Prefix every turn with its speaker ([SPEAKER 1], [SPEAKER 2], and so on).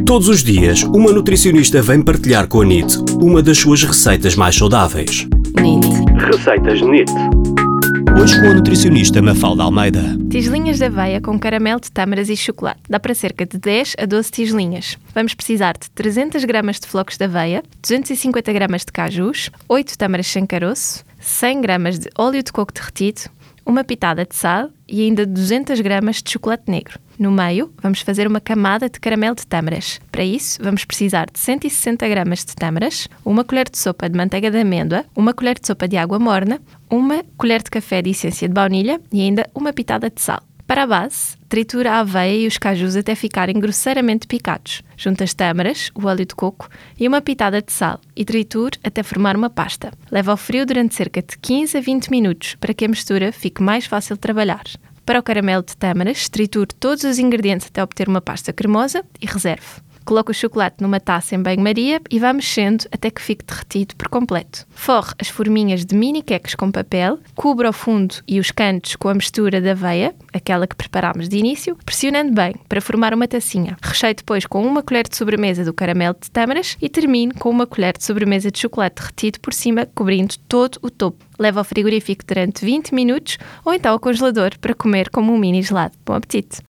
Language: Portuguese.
[SPEAKER 1] Todos os dias, uma nutricionista vem partilhar com a NIT uma das suas receitas mais saudáveis.
[SPEAKER 2] NIT.
[SPEAKER 1] Receitas NIT. Hoje com a nutricionista Mafalda Almeida.
[SPEAKER 2] Tigelinhas de aveia com caramelo de tâmaras e chocolate. Dá para cerca de 10 a 12 tigelinhas. Vamos precisar de 300 gramas de flocos de aveia, 250 gramas de cajus, 8 tâmaras sem caroço, 100 gramas de óleo de coco derretido, uma pitada de sal e ainda 200 gramas de chocolate negro. No meio, vamos fazer uma camada de caramelo de tâmaras. Para isso, vamos precisar de 160 gramas de tâmaras, uma colher de sopa de manteiga de amêndoa, uma colher de sopa de água morna, uma colher de café de essência de baunilha e ainda uma pitada de sal. Para a base, tritura a aveia e os cajus até ficarem grosseiramente picados. Junta as tâmaras, o óleo de coco e uma pitada de sal e triture até formar uma pasta. Leva ao frio durante cerca de 15 a 20 minutos para que a mistura fique mais fácil de trabalhar. Para o caramelo de tâmaras, triture todos os ingredientes até obter uma pasta cremosa e reserve. Coloque o chocolate numa taça em banho-maria e vá mexendo até que fique derretido por completo. Forre as forminhas de mini queques com papel, cubra o fundo e os cantos com a mistura de aveia, aquela que preparámos de início, pressionando bem para formar uma tacinha. Recheie depois com uma colher de sobremesa do caramelo de tâmaras e termine com uma colher de sobremesa de chocolate derretido por cima, cobrindo todo o topo. Leve ao frigorífico durante 20 minutos ou então ao congelador para comer como um mini gelado. Bom apetite!